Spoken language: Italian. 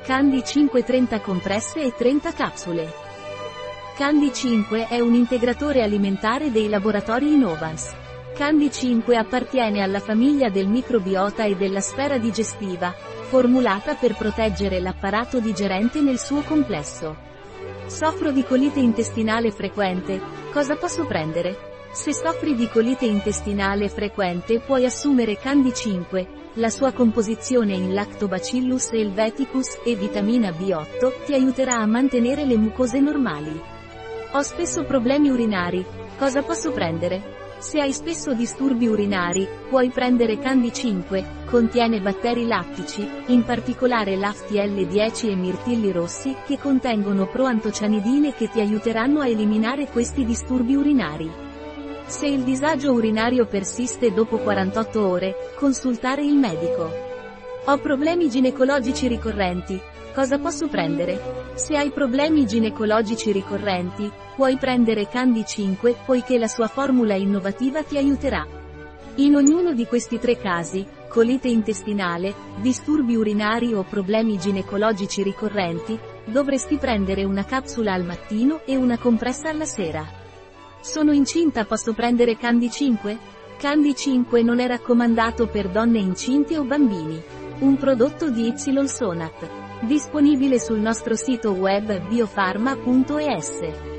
Candy 5 30 compresse e 30 capsule. Candy 5 è un integratore alimentare dei laboratori Innovans. Candy 5 appartiene alla famiglia del microbiota e della sfera digestiva, formulata per proteggere l'apparato digerente nel suo complesso. Soffro di colite intestinale frequente, cosa posso prendere? Se soffri di colite intestinale frequente puoi assumere Candy 5, la sua composizione in Lactobacillus helveticus e vitamina B8 ti aiuterà a mantenere le mucose normali. Ho spesso problemi urinari, cosa posso prendere? Se hai spesso disturbi urinari, puoi prendere Candy 5, contiene batteri lattici, in particolare l'AFTL10 e mirtilli rossi, che contengono proantocianidine che ti aiuteranno a eliminare questi disturbi urinari. Se il disagio urinario persiste dopo 48 ore, consultare il medico. Ho problemi ginecologici ricorrenti, cosa posso prendere? Se hai problemi ginecologici ricorrenti, puoi prendere Candy 5 poiché la sua formula innovativa ti aiuterà. In ognuno di questi 3 casi, colite intestinale, disturbi urinari o problemi ginecologici ricorrenti, dovresti prendere una capsula al mattino e una compressa alla sera. Sono incinta, posso prendere Candy 5? Candy 5 non è raccomandato per donne incinte o bambini. Un prodotto di Ysonat. Disponibile sul nostro sito web biofarma.es.